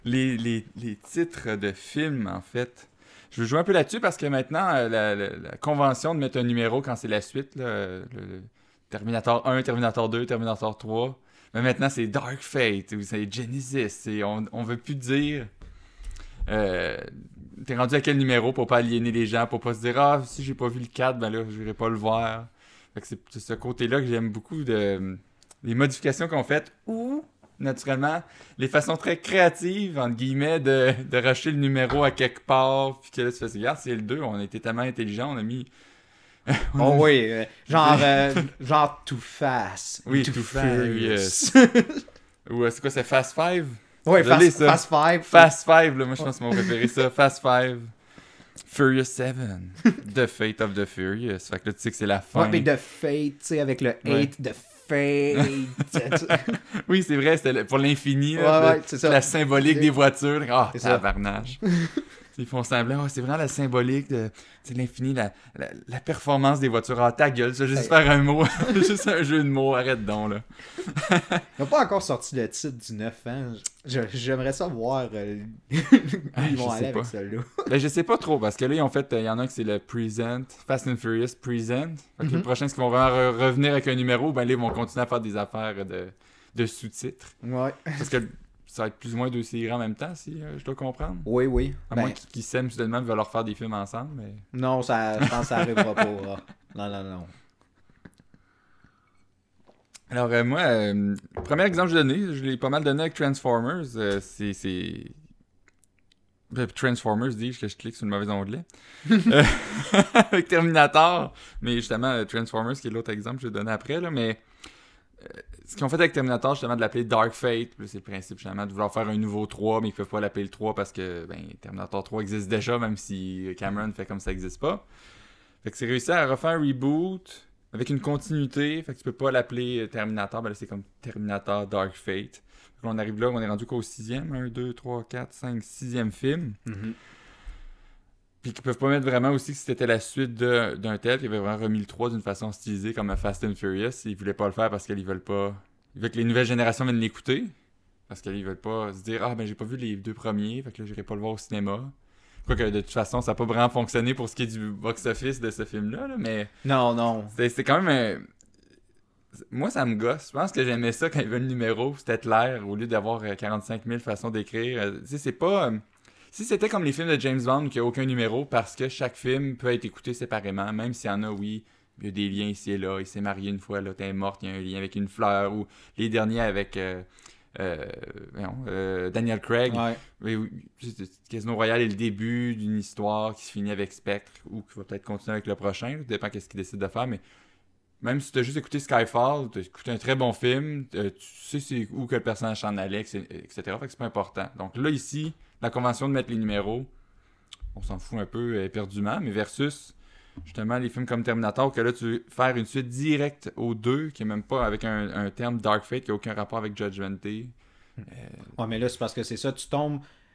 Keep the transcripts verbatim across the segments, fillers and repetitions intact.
les, les, les titres de films, en fait. Je veux jouer un peu là-dessus parce que maintenant, euh, la, la, la convention de mettre un numéro quand c'est la suite, là, le, le Terminator un, Terminator deux, Terminator trois, mais maintenant c'est Dark Fate ou c'est Genesis. Et on, on veut plus dire euh, t'es rendu à quel numéro pour pas aliéner les gens, pour pas se dire ah, si j'ai pas vu le quatre, ben là, je vais pas le voir. Fait que c'est, c'est ce côté-là que j'aime beaucoup de les modifications qu'on fait ou naturellement, les façons très créatives, entre guillemets, de, de racheter le numéro à quelque part, puis que là, tu fais, regarde, c'est le deux, on a été tellement intelligent, on a mis... on a Oh mis... oui, euh, genre, euh, genre Too Fast. Oui, Too Too Furious. Ou euh, c'est quoi, c'est Fast Five? Oui, Je l'ai, Fast, ça. Fast Five. Fast Five, là, moi je pense que c'est mon préféré, ça. Fast Five. Furious Seven. The Fate of the Furious. Fait que là, tu sais que c'est la fin. Ouais, mais de Fate, tu sais, avec le Ouais. hate de Fate. Oui, c'est vrai, c'était le- pour l'infini, Ouais, là, ouais, le- c'est ça. la symbolique des voitures. Ah, C'est ça. tabarnage. Ils font semblant, oh, c'est vraiment la symbolique de c'est l'infini, la, la, la performance des voitures. Ah, ta gueule, ça, juste Hey. faire un mot, juste un jeu de mots, arrête donc, là. Ils n'ont pas encore sorti le titre du neuf ans. Je- j'aimerais ça voir euh, où Ah, ils vont je sais aller pas. avec ça là. Ben, je sais pas trop, parce que là, ils ont fait, il y en a un qui c'est le Present, Fast and Furious Present. Fait que Mhm. le prochain, est-ce qu'ils vont vraiment re- revenir avec un numéro, ben là, ils vont continuer à faire des affaires de, de sous-titres. Ouais. Parce que ça va être plus ou moins deux séries en même temps, si euh, je dois comprendre. Oui, oui. À Ben, moins qu'ils qu'ils s'aiment soudainement et veulent leur faire des films ensemble, mais... non, ça, je pense que ça arrivera pas. Ah. Non, non, non. Alors, euh, moi, euh, le premier exemple que je donné, je l'ai pas mal donné avec Transformers. euh, c'est. c'est... Ben, Transformers, dis-je que je clique sur le mauvais onglet. Euh, avec Terminator. Mais justement, euh, Transformers, qui est l'autre exemple que je vais donner après. Là, mais euh, ce qu'ils ont fait avec Terminator, justement, de l'appeler Dark Fate. Puis là, c'est le principe, justement, de vouloir faire un nouveau trois, mais ils peuvent pas l'appeler le trois parce que ben, Terminator trois existe déjà, même si Cameron fait comme ça existe pas. Fait que c'est réussi à refaire un reboot avec une continuité. Fait que tu peux pas l'appeler Terminator. Ben là, c'est comme Terminator Dark Fate. Fait que là, on arrive là, on est rendu qu'au sixième. un, deux, trois, quatre, cinq, sixième film. Mhm. Puis qu'ils peuvent pas mettre vraiment aussi que c'était la suite de, d'un tel. Ils avaient vraiment remis le trois d'une façon stylisée comme un Fast and Furious. Ils voulaient pas le faire parce qu'ils veulent pas... Ils veulent que les nouvelles générations viennent l'écouter. Parce qu'ils veulent pas se dire « Ah, ben j'ai pas vu les deux premiers. Fait que là, j'irai pas le voir au cinéma. » Quoique, de toute façon, ça n'a pas vraiment fonctionné pour ce qui est du box-office de ce film-là, là, mais Non, non. c'est, c'est quand même... un- Moi, ça me gosse. Je pense que j'aimais ça quand il y avait le numéro, c'était clair, au lieu d'avoir euh, quarante-cinq mille façons d'écrire. Euh, Tu sais, c'est pas... euh, Si c'était comme les films de James Bond, qui a aucun numéro, parce que chaque film peut être écouté séparément, même s'il y en a, oui, il y a des liens ici et là, il s'est marié une fois, là, t'es morte, il y a un lien avec une fleur, ou les derniers avec... euh, euh, voyons, euh, Daniel Craig. Ouais. Oui, oui, c'est- Casino Royale est le début d'une histoire qui se finit avec Spectre ou qui va peut-être continuer avec le prochain. Ça dépend qu'est-ce qu'il décide de faire. Mais même si tu as juste écouté Skyfall, tu as écouté un très bon film, euh, tu sais c'est où que le personnage s'en allait, et cetera. Fait que c'est pas important. Donc là, ici, la convention de mettre les numéros, on s'en fout un peu euh, éperdument, mais versus justement les films comme Terminator, que là, tu veux faire une suite directe aux deux, qui est même pas avec un, un terme Dark Fate, qui n'a aucun rapport avec Judgment Day. Ouais, mais là, c'est parce que c'est ça, tu tombes.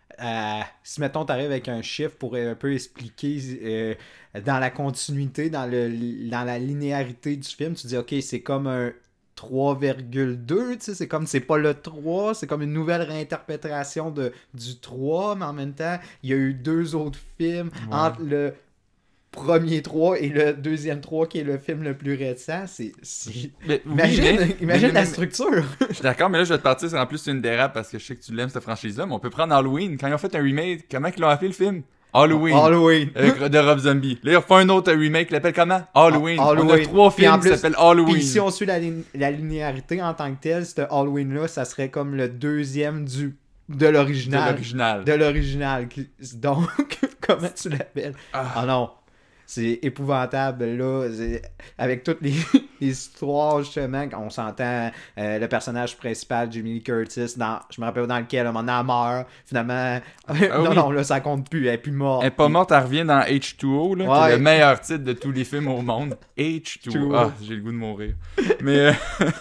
à- si mettons t'arrives avec un chiffre pour un peu expliquer euh, dans la continuité, dans le dans la linéarité du film, tu dis ok, c'est comme un trois virgule deux, tu sais, c'est comme c'est pas le trois, c'est comme une nouvelle réinterprétation de, du trois, mais en même temps, il y a eu deux autres films Ouais. entre le premier trois et le deuxième trois qui est le film le plus récent, c'est, c'est... Mais, oui, Imagine, mais- imagine mais- la mais- structure. Je suis d'accord, mais là, je vais te partir sur en plus une dérape parce que je sais que tu l'aimes, cette franchise-là. Mais on peut prendre Halloween. Quand ils ont fait un remake, comment ils l'ont appelé le film Halloween. Halloween. Avec de Rob Zombie. Là, ils refont un autre remake, ils l'appellent comment Halloween. Halloween. On a trois Puis en films qui plus- s'appellent Halloween. Puis si on suit la, lin- la linéarité en tant que telle, ce Halloween-là, ça serait comme le deuxième du de De l'original. l'original. De l'original. Qui- Donc, comment tu l'appelles Ah. Ah non. C'est épouvantable, là. C'est- Avec toutes les, les histoires, justement, on s'entend euh, le personnage principal, Jamie Lee Curtis, dans, je me rappelle pas dans lequel, à un moment donné, elle meurt. Finalement, non, oui. non, là, ça compte plus. Elle est plus morte. Elle est pas morte, elle revient dans H deux O, là, qui est Ouais. le meilleur titre de tous les films au monde. H deux O. H deux O. Ah, j'ai le goût de mourir. Mais, euh,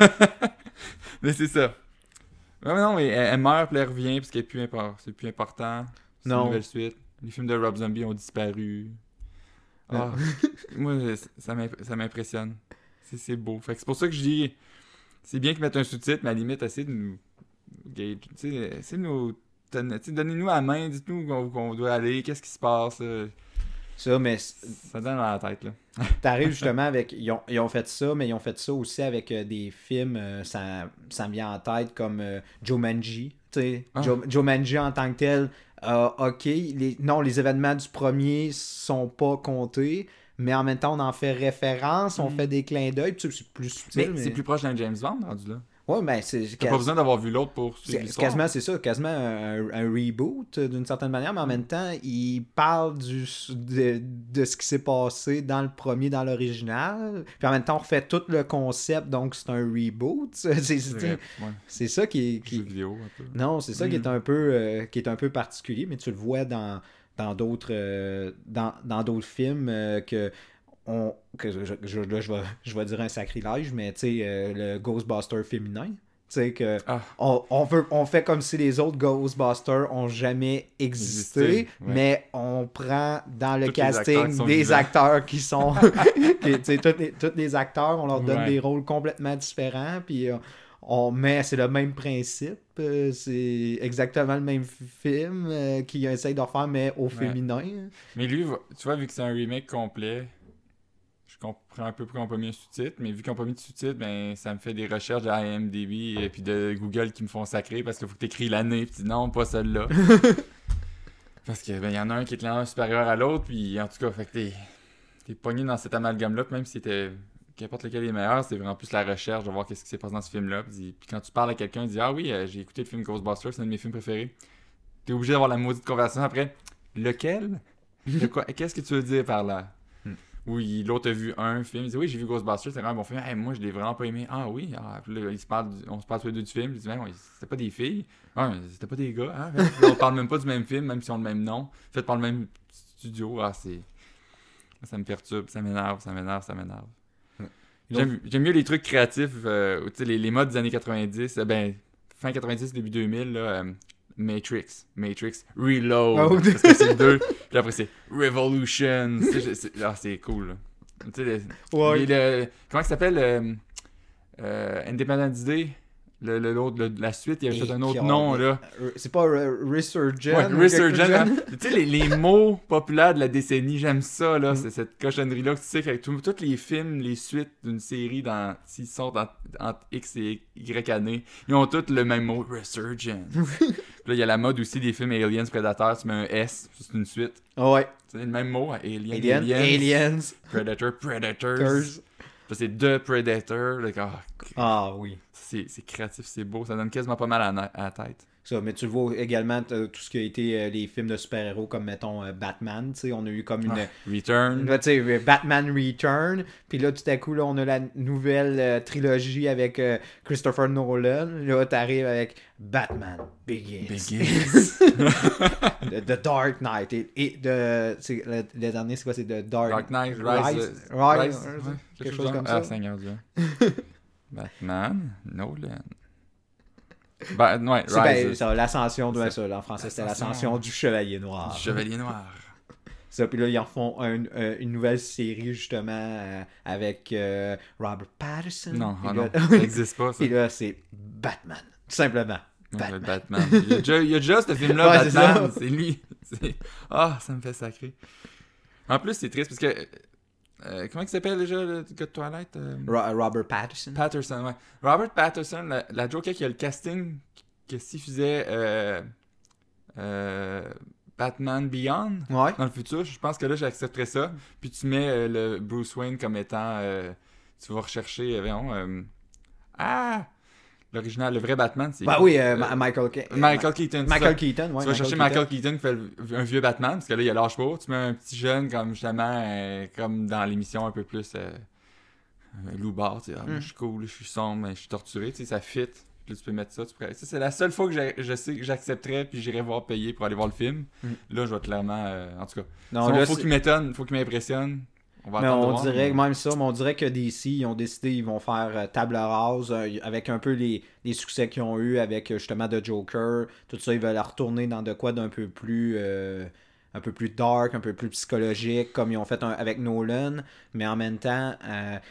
mais c'est ça. Ouais, non, mais elle, elle meurt, puis elle revient, parce qu'elle est plus impor- c'est plus important. C'est une Non. nouvelle suite. Les films de Rob Zombie ont disparu. Ah, moi, ça m'imp- ça m'impressionne. C'est, c'est beau. Fait que c'est pour ça que je dis, c'est bien qu'ils mettent un sous-titre, mais à la limite, essayer de nous gauge, tu sais, essayer de nous donnez-nous la main, dites-nous où on, qu'on doit aller, qu'est-ce qui se passe. Euh, ça, mais... Ça donne dans la tête, là. T'arrives justement avec... Ils ont, ils ont fait ça, mais ils ont fait ça aussi avec euh, des films, euh, ça, ça me vient en tête, comme euh, Jumanji. Tu sais, ah. Jumanji en tant que tel, euh, ok, les, non, les événements du premier sont pas comptés, mais en même temps, on en fait référence, on mm. fait des clins d'œil, c'est plus subtil. Mais, mais... c'est plus proche d'un James Bond, rendu là. Ouais, ben c'est... T'as pas besoin d'avoir vu l'autre pour suivre l'histoire. Quasiment, c'est ça, quasiment un, un reboot d'une certaine manière, mais en même temps, il parle du, de, de ce qui s'est passé dans le premier, dans l'original, puis en même temps, on refait tout le concept, donc c'est un reboot. C'est, c'est, c'est, ouais. c'est ça qui est... Qui... vidéo, un peu. Non, c'est ça mm. qui est un peu euh, qui est un peu particulier, mais tu le vois dans, dans, d'autres, euh, dans, dans d'autres films euh, que... On, que je, je, là, je, vais, je vais dire un sacrilège, mais tu sais, euh, le Ghostbuster féminin, tu sais, que ah. on, on, veut, on fait comme si les autres Ghostbusters ont jamais existé, existé ouais. mais on prend dans le Toutes casting acteurs des vivants. acteurs qui sont... tu sais, tous les, tous les acteurs, on leur donne ouais. des rôles complètement différents, puis... Euh, on met, c'est le même principe, euh, c'est exactement le même film euh, qu'ils essayent de refaire, mais au ouais. féminin. Mais lui, tu vois, vu que c'est un remake complet... Je comprends un peu pourquoi on n'a pas mis un sous-titre, mais vu qu'ils n'ont pas mis de sous-titre, ben, ça me fait des recherches de I M D B et puis de Google qui me font sacrer parce qu'il faut que tu écris l'année et tu dis non, pas celle-là. Parce qu'il ben, y en a un qui est clairement supérieur à l'autre, puis en tout cas, fait que t'es, t'es pogné dans cet amalgame-là, même si c'était qu'importe lequel est meilleur, c'est vraiment plus la recherche de voir qu'est-ce qui s'est passé dans ce film-là. Puis, puis quand tu parles à quelqu'un, il dit ah oui, euh, j'ai écouté le film Ghostbusters, c'est un de mes films préférés. T'es obligé d'avoir la maudite conversation après. Lequel? De quoi? Qu'est-ce que tu veux dire par là? Oui, l'autre a vu un film, il dit oui, j'ai vu Ghostbusters, c'est vraiment un bon film. Hey, moi, je l'ai vraiment pas aimé. Ah oui, ah, puis là, il se parle du, on se parle tous les deux du film. Il dit, ouais, c'était pas des filles. Ah, c'était pas des gars. Hein? Là, on parle même pas du même film, même si on a le même nom. Fait par le même studio. Ah, c'est. Ça me perturbe, ça m'énerve, ça m'énerve, ça m'énerve. J'aime, j'aime mieux les trucs créatifs, euh, tu sais, les, les modes des années quatre-vingt-dix, euh, ben, fin quatre-vingt-dix, début deux mille, là. Euh, Matrix, Matrix, Reload, oh, parce que c'est le deux, puis après c'est Revolution, c'est, c'est, ah, c'est cool, là. Tu sais, le, ouais. le, comment il s'appelle, euh, euh, Independence Day, le, le, l'autre, le, la suite, il y avait fait un autre nom, là. C'est pas uh, Resurgent? Ouais, Resurgent, tu sais, les, les mots populaires de la décennie, j'aime ça, là, mm. c'est cette cochonnerie-là, que tu sais, qu'avec tous les films, les suites d'une série, dans, s'ils sortent entre X et Y années, ils ont tous le même mot, Resurgent. Là, il y a la mode aussi des films Aliens, Predator, tu mets un S, c'est une suite. Oh ouais. C'est le même mot, Alien, Alien, Aliens, Aliens. Predator, Predators. Là, c'est The Predator. Là, oh, ah oui. C'est, c'est créatif, c'est beau, ça donne quasiment pas mal à, na- à la tête. Ça, mais tu le vois également tout ce qui a été euh, les films de super-héros comme mettons euh, Batman, tu sais, on a eu comme une ah, Return. Là, tu sais, Batman Return, puis là tout à coup là on a la nouvelle euh, trilogie avec euh, Christopher Nolan, là t'arrives avec Batman Begins. Begins. the, the Dark Knight et, et de c'est, le, le dernier c'est quoi, c'est The Dark, Dark Knight Rise, Rise, Rise, Rise, Rise Rise ouais, quelque chose comme ça. Ah Seigneur Dieu. Batman Nolan. Bah, ouais, c'est ben, ça, l'ascension de ça, là, en français c'était l'ascension du Chevalier Noir. Du Chevalier Noir. Ça, puis là ils en font un, un, une nouvelle série justement euh, avec euh, Robert Pattinson. Non, oh là, non, ça n'existe pas ça. Et là c'est Batman, tout simplement. Batman. Ouais, Batman. Il y a déjà, il y a déjà ce film-là, ouais, Batman, c'est, c'est lui. C'est... Ah, ça me fait sacrer. En plus, c'est triste parce que Euh, comment il s'appelle déjà le gars de Twilight? Euh... Robert Pattinson. Patterson, ouais. Robert Patterson, la, la joke qui a le casting, que s'il faisait euh, euh, Batman Beyond ouais. dans le futur, je pense que là j'accepterais ça. Puis tu mets euh, le Bruce Wayne comme étant, euh, tu vas rechercher, euh, voyons, euh, ah! L'original, le vrai Batman, c'est... Bah oui, euh, euh, Michael Keaton. Michael Keaton, Michael Keaton, ouais. Tu vas Michael chercher Keaton. Michael Keaton qui fait le, un vieux Batman, parce que là, il a l'âge pas. Tu mets un petit jeune comme, justement, euh, comme dans l'émission un peu plus euh, euh, loupard, tu sais. Ah, mm. moi, je suis cool, je suis sombre, je suis torturé, tu sais, ça fit. Puis là, tu peux mettre ça, tu pourrais... ça, c'est la seule fois que je sais que j'accepterais puis j'irais voir payer pour aller voir le film. Mm. Là, je vais clairement... Euh, en tout cas, non, là, faut qu'il m'étonne, faut qu'il m'impressionne. On mais on dirait, mais... même ça, mais on dirait que D C, ils ont décidé, ils vont faire euh, table rase euh, avec un peu les, les succès qu'ils ont eu avec justement The Joker. Tout ça, ils veulent la retourner dans de quoi d'un peu plus euh, un peu plus dark, un peu plus psychologique, comme ils ont fait un, avec Nolan. Mais en même temps, euh,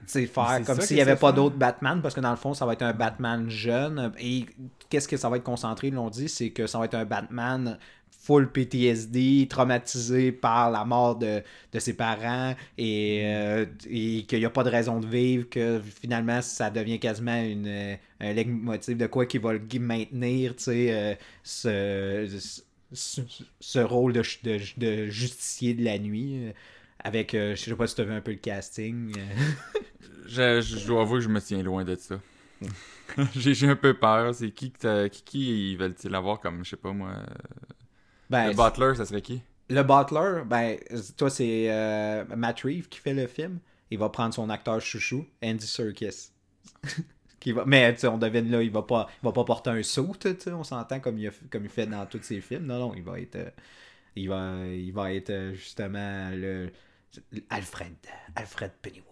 sais, faire C'est comme ça s'il n'y que avait ça pas fait. d'autres Batman, parce que dans le fond, ça va être un Batman jeune. Et qu'est-ce que ça va être concentré, ils l'ont dit, c'est que ça va être un Batman full P T S D, traumatisé par la mort de, de ses parents et, euh, et qu'il n'y a pas de raison de vivre, que finalement ça devient quasiment une, euh, un leitmotiv de quoi qui va le maintenir, tu sais, euh, ce, ce, ce rôle de, de, de justicier de la nuit. euh, Avec, euh, je sais pas si tu as vu un peu le casting. euh. Je, je dois avouer que je me tiens loin de ça. j'ai, j'ai un peu peur. C'est qui que t'as- qui, qui ils veulent-ils avoir comme, je sais pas moi... euh, Ben, le Butler, ça serait qui? le Butler, ben, toi, c'est euh, Matt Reeves qui fait le film. Il va prendre son acteur chouchou, Andy Serkis. qui va... Mais, tu sais, on devine là, il va pas, il va pas porter un saut, tu sais, on s'entend comme il, a, comme il fait dans tous ses films. Non, non, il va être... euh, il va, il va être euh, justement le... Alfred. Alfred Pennyworth.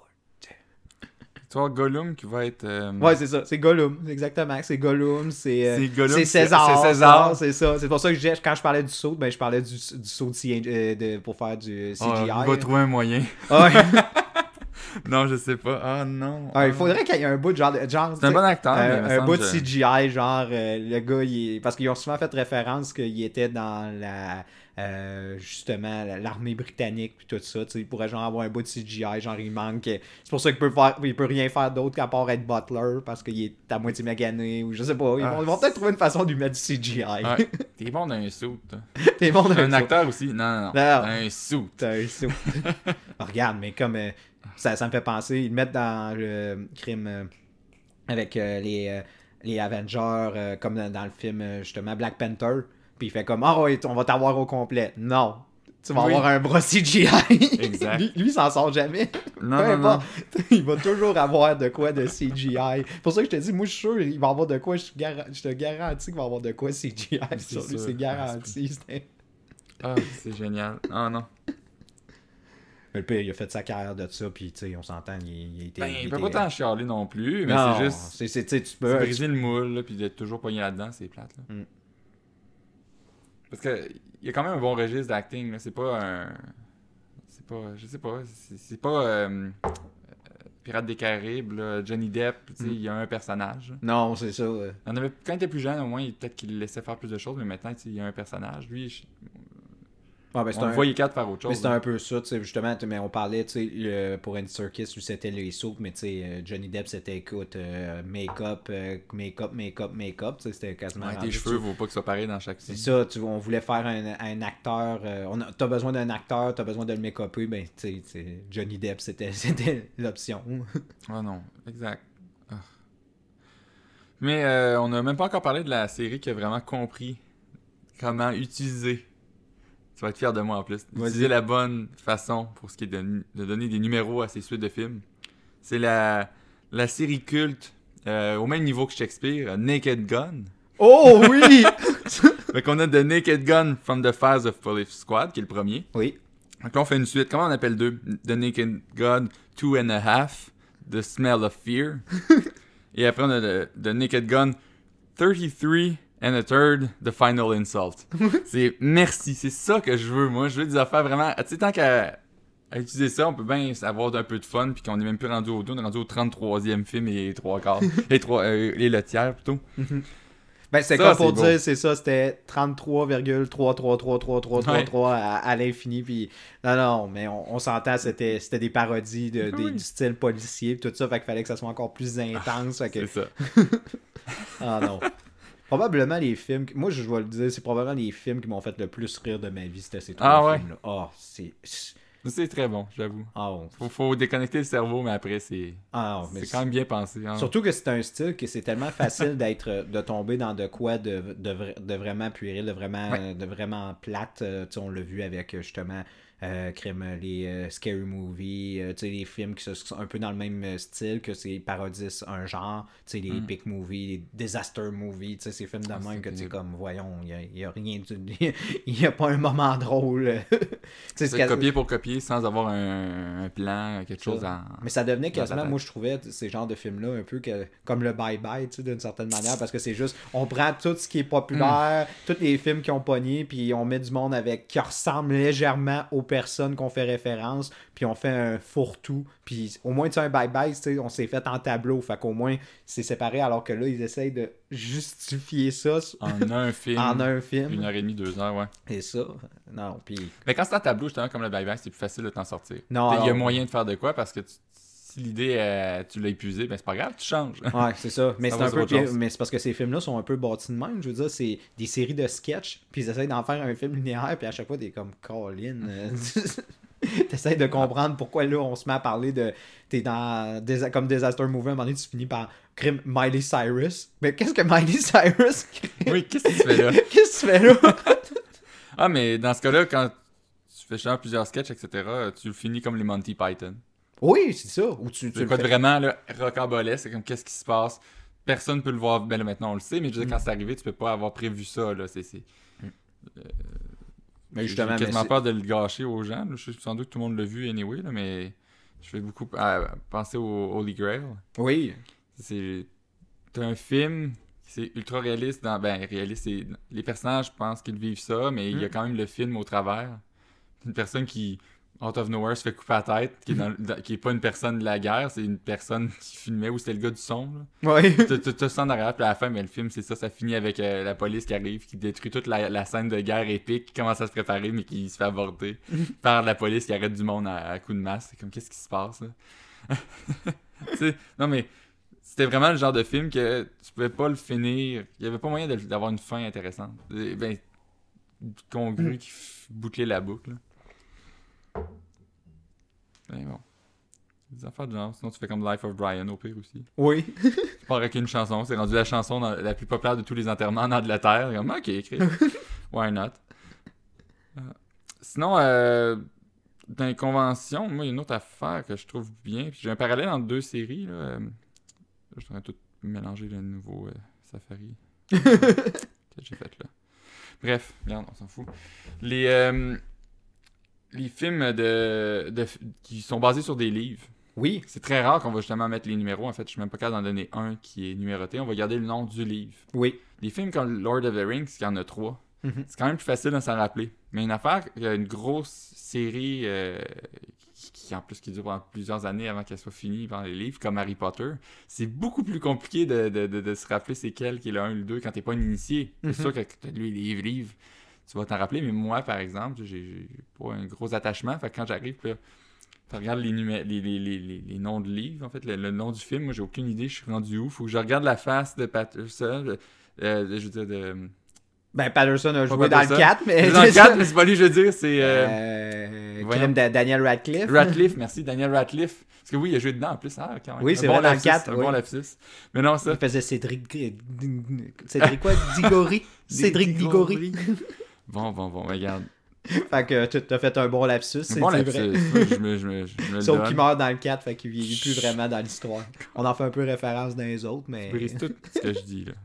Tu vois, Gollum qui va être... euh, Ouais, c'est ça. C'est Gollum. Exactement. C'est Gollum. C'est euh, C'est Gollum, c'est c'est- César. c'est César. C'est ça. C'est pour ça que j'ai- quand je parlais du saut, ben, je parlais du, du saut de, C- euh, de- pour faire du C G I. ah, il va trouver un moyen. Ouais. non, je sais pas. Ah non. Ah, il ah. faudrait qu'il y ait un bout de genre. de- genre C'est un bon acteur, mais il euh, me un semble bout de que- C G I, genre euh, le gars, il est... parce qu'ils ont souvent fait référence qu'il était dans la. euh, justement, la- l'armée britannique puis tout ça. Tu sais, il pourrait genre avoir un bout de C G I, genre il manque. C'est pour ça qu'il peut faire, il peut rien faire d'autre qu'à part être butler parce qu'il est à moitié magané ou je sais pas. Ils Ah, vont, ils vont peut-être trouver une façon de lui mettre du C G I. Ouais. T'es bon dans un suit. toi. T'es bon dans Un ça. acteur aussi. Non, non, non. Non. Dans un suit. T'as un saut. Regarde, mais comme euh, ça, ça me fait penser, ils le mettent dans le crime euh, avec euh, les, euh, les Avengers, euh, comme dans, dans le film euh, justement Black Panther. Puis il fait comme ah ouais, on va t'avoir au complet. Non. Tu vas Oui. avoir un bras C G I. Exact. lui, lui, il s'en sort jamais. Non, Peu non, non. importe. Il va toujours avoir de quoi de C G I. Pour ça que je te dis, moi je suis sûr, il va avoir de quoi, je, gar- je te garantis qu'il va avoir de quoi C G I C'est sur lui, sûr. c'est garanti. C'était- Ah, c'est génial. Ah non. Mais le pire, il a fait sa carrière de ça, puis tu sais, on s'entend, il, il était. Ben, il il peut était- pas t'en chialer non plus, mais Non, c'est juste... c'est, c'est, tu sais, tu C'est peux. briser le moule, là, puis d'être toujours pogné là-dedans, c'est plate, là. Mm. Parce que il y a quand même un bon registre d'acting, là. C'est pas un... C'est pas... Je sais pas. C'est, c'est pas... euh, euh, Pirates des Caraïbes, là, Johnny Depp, tu sais, Mm. il y a un personnage. Non, c'est ça. euh. On avait, quand il était plus jeune, au moins, il- peut-être qu'il laissait faire plus de choses, mais maintenant, tu sais, il y a un personnage. Lui, je- Ah, ben, c'est on le un- voyait quatre faire autre mais chose. c'est un peu ça, tu sais, justement, tu- mais on parlait, tu sais, le- pour Andy Serkis, lui, c'était les sauts, mais tu sais, euh, Johnny Depp, c'était, écoute, euh, make-up, euh, make-up, make-up, make-up, tu sais, c'était quasiment... Ouais, rendu, tes cheveux, tu- faut pas qu'ils soient pareils dans chaque C'est film. ça, tu, on voulait faire un, un acteur, euh, on a- t'as besoin d'un acteur, t'as besoin de le make-upper, ben, tu sais, c'est- Johnny Depp, c'était, c'était l'option. Ah non, exact. Ah. Mais euh, on n'a même pas encore parlé de la série qui a vraiment compris comment utiliser. Tu vas être fier de moi en plus. Vas-y. Utiliser la bonne façon pour ce qui est de, de donner des numéros à ces suites de films. C'est la, la série culte euh, au même niveau que Shakespeare, Naked Gun. Oh oui! Fait qu'on a The Naked Gun from the Files of Police Squad, qui est le premier. Oui. Donc là, on fait une suite. Comment on appelle deux? The Naked Gun Two and a Half, The Smell of Fear. Et après, on a The, the Naked Gun thirty-three and a Third, The Final Insult. C'est merci, c'est ça que je veux, moi. Je veux des affaires vraiment... Tu sais, tant qu'à à utiliser ça, on peut bien avoir un peu de fun, puis qu'on est même plus rendu au deux, on est rendu au trente-troisième film et trois quarts. et, trois, euh, et le tiers, plutôt. Ben, c'est Ça, comme pour c'est beau. dire, c'est ça, c'était trente-trois virgule trois trois trois trois trois trois trois à, à l'infini, puis non, non, mais on, on s'entend, c'était, c'était des parodies de, des, Oui. du style policier, pis tout ça, fait qu'il fallait que ça soit encore plus intense, fait que, C'est ça. ah non. Probablement les films, moi je dois le dire, c'est probablement les films qui m'ont fait le plus rire de ma vie, c'était ces trois Ah ouais? films-là. Oh, c'est... C'est très bon, j'avoue. Ah, bon. Faut, faut déconnecter le cerveau, mais après, c'est... Ah, non, mais C'est quand même bien pensé. Hein. surtout que c'est un style que c'est tellement facile d'être de tomber dans de quoi de, de, vra- de vraiment puéril, de vraiment, Ouais. de vraiment plate. Euh, tu sais, on l'a vu avec euh, justement euh, crème, les euh, scary movies, euh, tu sais, les films qui sont un peu dans le même euh, style, que c'est parodissent un genre, tu sais, les Mm. epic movies, les disaster movies, tu sais, ces films de Ah, même c'est que tu sais, terrible. comme, voyons, il y a, y a rien, de- il y a pas un moment drôle. Tu sais, C'est c'est quasi- copier pour copier sans avoir un, un plan, quelque chose en... mais ça devenait dans ta quasiment, tête. moi je trouvais ces genres de films-là un peu que, comme le Bye Bye, tu sais, d'une certaine manière, parce que c'est juste, on prend tout ce qui est populaire, Mm. tous les films qui ont pogné, puis on met du monde avec qui ressemble légèrement au personnes qu'on fait référence, puis on fait un fourre-tout, puis au moins, tu sais, un bye-bye, tu sais, on s'est fait en tableau, fait qu'au moins, c'est séparé, alors que là, ils essayent de justifier ça En un film. en un film. Une heure et demie, deux heures, ouais. Et ça, non, puis... Mais quand c'est en tableau, justement, comme le bye-bye, c'est plus facile de t'en sortir. Non, il y a alors, moyen de faire de quoi, parce que tu- si l'idée, euh, tu l'as épuisée, ben c'est pas grave, tu changes. Ouais, c'est ça. Mais Ça c'est va un sur peu autre chose. mais c'est parce que ces films-là sont un peu bâtis de même. Je veux dire, c'est des séries de sketchs, puis ils essayent d'en faire un film linéaire, puis à chaque fois, t'es comme Colin. euh, T'essayes de comprendre pourquoi là, on se met à parler de. T'es dans. Des... Comme Disaster Movie, à un moment donné, tu finis par crime Miley Cyrus. Mais qu'est-ce que Miley Cyrus Oui, qu'est-ce que tu fais là? Qu'est-ce que tu fais là Ah, mais dans ce cas-là, quand tu fais genre plusieurs sketchs, et cetera, tu le finis comme les Monty Python. Oui, c'est ça. Ou tu, tu C'est le quoi de fais- vraiment là, rocambolesque, c'est comme qu'est-ce qui se passe. Personne peut le voir. Ben là, maintenant, on le sait, mais je veux dire, quand c'est arrivé, tu peux pas avoir prévu ça, là. C'est. c'est... Mais J'ai justement, mais quasiment c'est- peur de le gâcher aux gens. Là. Je suis sans doute que tout le monde l'a vu anyway, là, mais je fais beaucoup à- penser au Holy Grail. Oui. C'est t'as un film, c'est ultra réaliste dans ben réaliste, c'est les personnages, je pense qu'ils vivent ça, mais il y a Mm. quand même le film au travers. Une personne qui out of nowhere se fait couper la tête, qui est dans, dans- qui est pas une personne de la guerre, c'est une personne qui filmait ou c'était le gars du son. Là. Oui. T'as t'as- t'as ça en arrière, puis à la fin, mais le film, c'est ça, ça finit avec euh, la police qui arrive, qui détruit toute la, la scène de guerre épique, qui commence à se préparer, mais qui se fait aborder par la police qui arrête du monde à, à coups de masse. C'est comme, qu'est-ce qui se passe, là? Tu sais, non, mais c'était vraiment le genre de film que tu pouvais pas le finir. Il y avait pas moyen de- d'avoir une fin intéressante. Euh, Ben, congrue qui f- bouclait la boucle. là. Ben bon. Des affaires de genre. Sinon, tu fais comme Life of Brian au pire aussi. Oui. Tu pars avec une chanson. C'est rendu la chanson dans- la plus populaire de tous les enterrements en Angleterre. Comme, ok, écrit. Why not? Euh, sinon, euh, dans les conventions, moi, il y a une autre affaire que je trouve bien. Puis j'ai un parallèle entre deux séries. Là. Euh, là, je voudrais tout mélanger le nouveau euh, Safari. que j'ai fait là. Bref, regarde, on s'en fout. Les, euh, les films de, de, qui sont basés sur des livres. Oui. C'est très rare qu'on va justement mettre les numéros. En fait, je suis même pas capable d'en donner un qui est numéroté. On va garder le nom du livre. Oui. Des films comme Lord of the Rings, il y en a trois. Mhm. C'est quand même plus facile de s'en rappeler. Mais une affaire, il y a une grosse série euh, qui, qui, en plus, qui dure pendant plusieurs années avant qu'elle soit finie dans les livres, comme Harry Potter. C'est beaucoup plus compliqué de, de, de, de se rappeler c'est quel qui est le un ou le deux quand t'es pas un initié. Mhm. C'est sûr que tu as lu les livres, livres, tu vas t'en rappeler. Mais moi, par exemple, j'ai j'ai pas un gros attachement. Fait que quand j'arrive, puis là, tu regardes les, numé- les, les, les, les, les noms de livres, en fait, le, le nom du film, moi, j'ai aucune idée, je suis rendu où. Faut que je regarde la face de Patterson, euh, je veux dire, de... Ben, Patterson a Pas joué dans le Patterson. quatre, mais... Dans le quatre, mais c'est pas lui, je veux dire, c'est... Euh... Euh, voyons. crime de Daniel Radcliffe. Radcliffe, merci, Daniel Radcliffe. Parce que oui, il a joué dedans en plus. Ah, quand même. Oui, Un c'est bon vrai, dans le lapsus, quatre, Un oui. bon lapsus. Mais non, ça... Il faisait Cédric... Cédric quoi? Diggory? Cédric Diggory. Bon, bon, bon, regarde. Fait que tu t'as fait un bon lapsus, c'est Un bon c'est lapsus. vrai. Oui, je me, je me, je me le Sauf donne. qu'il meurt dans le quatre, fait qu'il vieillit plus vraiment dans l'histoire. On en fait un peu référence dans les autres, mais... Je brise tout ce que je dis, là.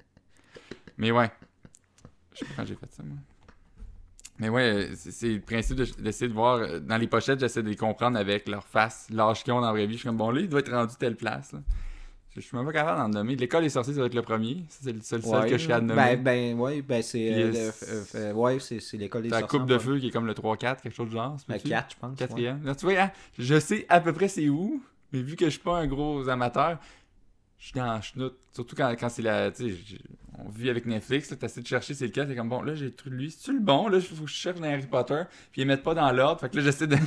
Mais ouais. Je sais pas quand j'ai fait ça, moi. Mais ouais, c'est c'est le principe de- d'essayer de voir... euh, Dans les pochettes, j'essaie de les comprendre avec leur face, l'âge qu'ils ont dans la vraie vie. Je suis comme, bon, là, il doit être rendu telle place, là. Je suis même pas capable d'en nommer. L'école est sortie, ça doit être le premier. Ça, c'est le seul, seul Ouais, que je suis à nommer. ben, ben, ouais, ben, c'est... Puis, euh, euh, le- c'est- euh, euh, ouais, c'est c'est l'école des La sorciers. coupe de ouais. feu qui est comme le trois quatre, quelque chose de genre. Le c'est-tu? quatre, je pense. ouais. Quatrième. Là, tu vois, hein, je sais à peu près c'est où, mais vu que je suis pas un gros amateur, je suis dans la chenoute. Surtout quand, quand c'est la. Tu sais, j'ai- on vit avec Netflix, tu essaies de chercher c'est lequel, t'es comme bon, là j'ai le truc de lui, c'est-tu le bon? Là, il faut que je cherche dans Harry Potter, puis ils mettent pas dans l'ordre. Fait que là, j'essaie de.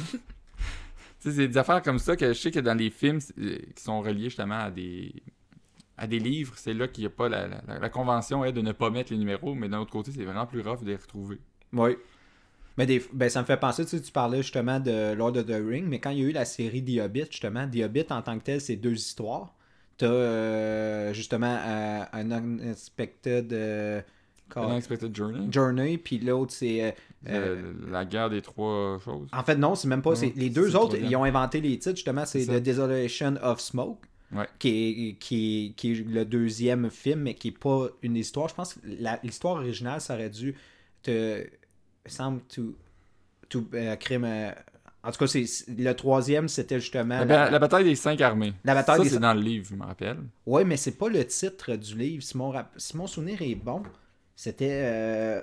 Tu sais, c'est des affaires comme ça que je sais que dans les films c'est- euh, qui sont reliés justement à des. À des livres, c'est là qu'il n'y a pas la, la, la convention est de ne pas mettre les numéros, mais d'un autre côté, c'est vraiment plus rough de les retrouver. Oui. Mais des, ben, ça me fait penser, tu sais, tu parlais justement de Lord of the Rings, mais quand il y a eu la série The Hobbit, justement, The Hobbit en tant que tel, c'est deux histoires. T'as euh, justement euh, un Unexpected euh, call- Unexpected Journey. Journey, puis l'autre c'est... euh, Euh, la guerre des trois choses. En fait, non, c'est même pas... Non, c'est, les c'est deux le autres, troisième. ils ont inventé les titres, justement, c'est C'est ça. The Desolation of Smoke, Ouais. qui est, qui, est, qui est le deuxième film, mais qui est pas une histoire. Je pense que la- l'histoire originale, ça aurait dû te... semble to... to euh, crime... euh, en tout cas, c'est, c'est- le troisième, c'était justement... La, la- ba- la bataille des cinq armées. La bataille ça, des c'est cin- dans le livre, je me rappelle. Ouais, mais c'est pas le titre du livre. Si mon, rap- si mon souvenir est bon, c'était... euh,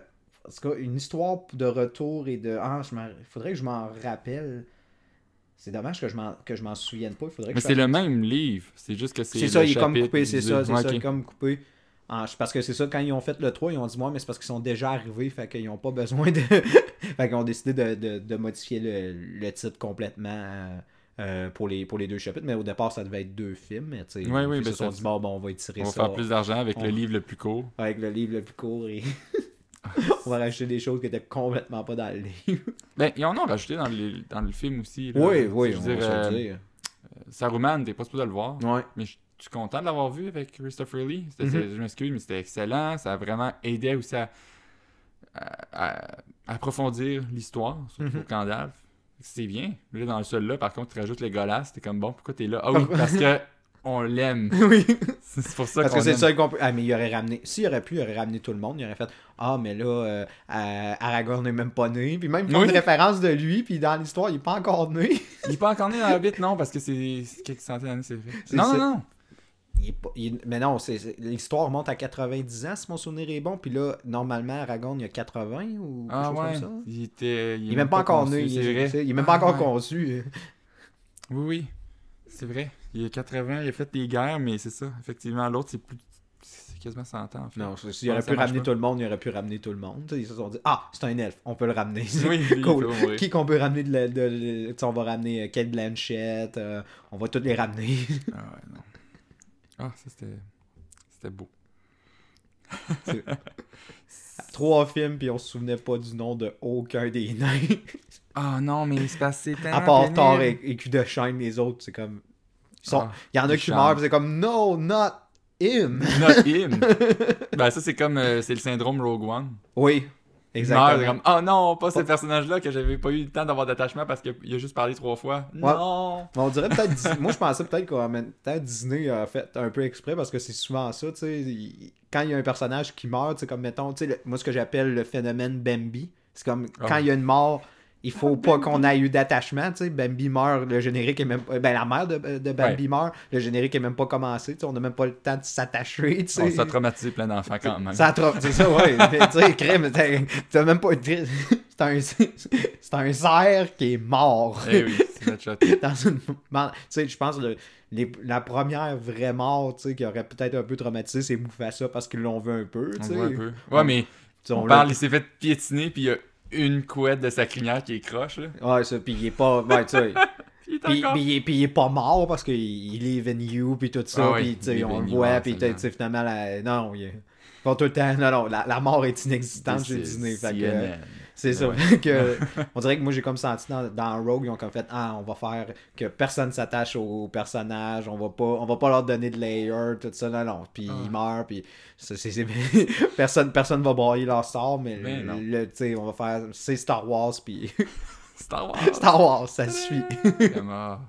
En tout cas, une histoire de retour et de... Ah, il faudrait que je m'en rappelle. C'est dommage que je m'en, que je m'en souvienne pas. Il faudrait que Mais je c'est fasse... le même livre. C'est juste que c'est C'est le ça, il est comme chapitre coupé, c'est divisé. ça, c'est Ouais, ça, ok. comme coupé. Ah, parce que c'est ça, quand ils ont fait le trois, ils ont dit, moi, mais c'est parce qu'ils sont déjà arrivés, fait qu'ils n'ont pas besoin de... fait qu'ils ont décidé de, de, de modifier le, le titre complètement euh, euh, pour, les, pour les deux chapitres. Mais au départ, ça devait être deux films. Mais, tu sais, Ouais, oui, ils ben se sont ça- dit, bon, bon, on va étirer On va ça. faire plus d'argent avec On- le livre le plus court. Avec le livre le plus court et on va rajouter des choses qui étaient complètement pas dans le livre. Ben, ils en ont rajouté dans le, dans le film aussi. Là. Oui, Tu oui, sais, on je veux va dire, se euh, le dire. Saruman, t'es pas supposé le voir. Ouais. Mais je suis content de l'avoir vu avec Christopher Lee. C'était- Mhm. c'est- Je m'excuse, mais c'était excellent. Ça a vraiment aidé aussi à, à- à approfondir l'histoire, surtout Mhm. pour Gandalf. C'est bien. Là, dans le seul là, par contre, tu rajoutes les Golas. T'es comme bon, pourquoi t'es là? Ah oui, parce que on l'aime. Oui. C'est pour ça Parce qu'on que c'est aime. ça qu'on peut. Ah, mais il aurait ramené. S'il aurait pu, il aurait ramené tout le monde. Il aurait fait Ah, mais là, euh, euh, Aragorn n'est même pas né. Puis même, ils font Oui. une référence de lui. Puis dans l'histoire, il n'est pas encore né. Il est pas encore né dans Hobbit, non, parce que c'est c'est quelques centaines d'années, c'est vrai. C'est Non, ça. non, non. Il est pas- il- Mais non, c'est... c'est- l'histoire remonte à quatre-vingt-dix ans, si mon souvenir est bon. Puis là, normalement, Aragorn, il a quatre-vingts ou quelque Ah chose ouais. comme ça. Il était. Il est même pas encore conçu, né. Il c'est est, vrai. il est même pas Ah, encore ouais. conçu. Oui, oui. C'est vrai. Il a quatre-vingts, il a fait des guerres, mais c'est ça. Effectivement, l'autre, c'est plus. C'est quasiment cent ans, en fait. Non, c'est- s'il Ouais, aurait ça pu marche ramener pas. tout le monde, il aurait pu ramener tout le monde. Tu sais, ils se sont dit Ah, c'est un elfe, on peut le ramener. Oui, lui, il Cool. peut mourir. Qui qu'on peut ramener de, la- de, de- tu sais, on va ramener euh, Kate Blanchett, euh, on va tous les ramener. Ah ouais, non. Ah, ça, c'était. C'était beau. Trois films, puis on se souvenait pas du nom de aucun des nains. Ah non, mais c'est passé tellement. À part pénible. Thor et, et Cul de Chêne, les autres, c'est comme. Ils sont... Ah, Il y en a ils qui chantent. meurent, puis c'est comme No, not him. Not him. Ben, ça, c'est comme. euh, c'est le syndrome Rogue One. Oui, Il meurt, exactement. comme, oh non, pas ce Pas- personnage-là que j'avais pas eu le temps d'avoir d'attachement parce qu'il a juste parlé trois fois. Ouais. Non. Mais on dirait peut-être. Dis- Moi, je pensais peut-être qu'en même temps, Disney a fait un peu exprès parce que c'est souvent ça, tu sais. il- Quand il y a un personnage qui meurt, tu sais, comme mettons, tu sais, le- moi, ce que j'appelle le phénomène Bambi, c'est comme Ah. quand il y a une mort, il faut pas qu'on ait eu d'attachement, tu sais. Bambi meurt, le générique est même pas. Ben, la mère de, de Bambi Ouais. meurt, le générique est même pas commencé, tu sais. On a même pas le temps de s'attacher, tu sais. On s'est traumatisé plein d'enfants quand même. Ça attrape, c'est ça, ouais. Mais, tu sais, crème, t'as t'as même pas. C'est un, c'est un cerf qui est mort. Eh oui, c'est notre shot. Dans une. man- Tu sais, je pense que les, la première vraie mort, tu sais, qui aurait peut-être un peu traumatisé, c'est Mufasa parce qu'ils l'ont vu un peu, tu On sais. voit un peu. Ouais, mais Tu sais, on l'a- parle, il s'est fait piétiner, puis il y a une couette de sa crinière qui est croche, là. Ouais, ça, pis il est pas. Ouais, tu sais. Puis il est Puis, encore... puis il est, puis il est pas mort parce qu'il il live in you, puis tout ça, Ah ouais, puis tu sais, live on in le you, voit, ouais, puis tu celle-là. sais, finalement, la... non, il est pas tout le temps, non, non, la, la mort est inexistante chez C'est Disney, fait C que... N N. C'est ça. Ouais. que, on dirait que moi, j'ai comme senti dans, dans Rogue, ils ont comme fait Ah, on va faire que personne s'attache aux personnages, on va pas on va pas leur donner de layer, tout ça, non, non. Puis Ah. ils meurent, puis c'est, c'est, c'est- personne, personne va brailler leur sort, mais Ben le, non. le- tu sais, on va faire c'est Star Wars, puis Star Wars. Star Wars, ça suit. Vraiment.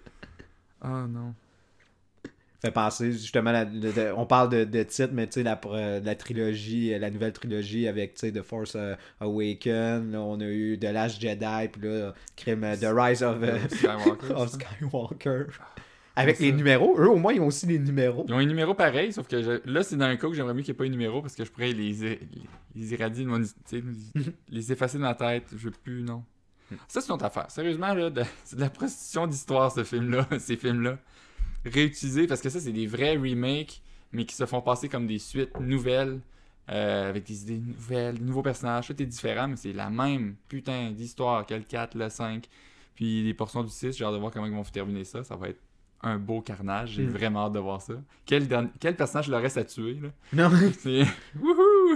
Ah non. Fait penser justement, la- de- de- on parle de, de titre, mais tu sais, la, pr- la trilogie, la nouvelle trilogie avec, tu sais, The Force euh, Awakens, là, on a eu The Last Jedi, puis là, crime, euh, The Rise of, euh, Skywalker, of ça. Skywalker. Avec C'est les ça. numéros, eux au moins ils ont aussi les numéros. Ils ont un numéro pareil, sauf que je- là, c'est dans un cas que j'aimerais mieux qu'il n'y ait pas un numéro parce que je pourrais les, les, les irradier de mon. Tu sais, les, les effacer de ma tête. Je veux plus, non. Ça, c'est une autre affaire. Sérieusement, là, de- c'est de la prostitution d'histoire, ce film-là, ces films-là. Réutilisés, parce que ça, c'est des vrais remakes, mais qui se font passer comme des suites nouvelles, euh, avec des idées nouvelles, des nouveaux personnages. Tout est différent, mais c'est la même putain d'histoire que le quatre, le cinq, puis les portions du six. J'ai hâte de voir comment ils vont terminer ça. Ça va être un beau carnage. J'ai Mm. vraiment hâte de voir ça. Quel, derni- quel personnage leur reste à tuer, là? Non, C'est... Wouhou!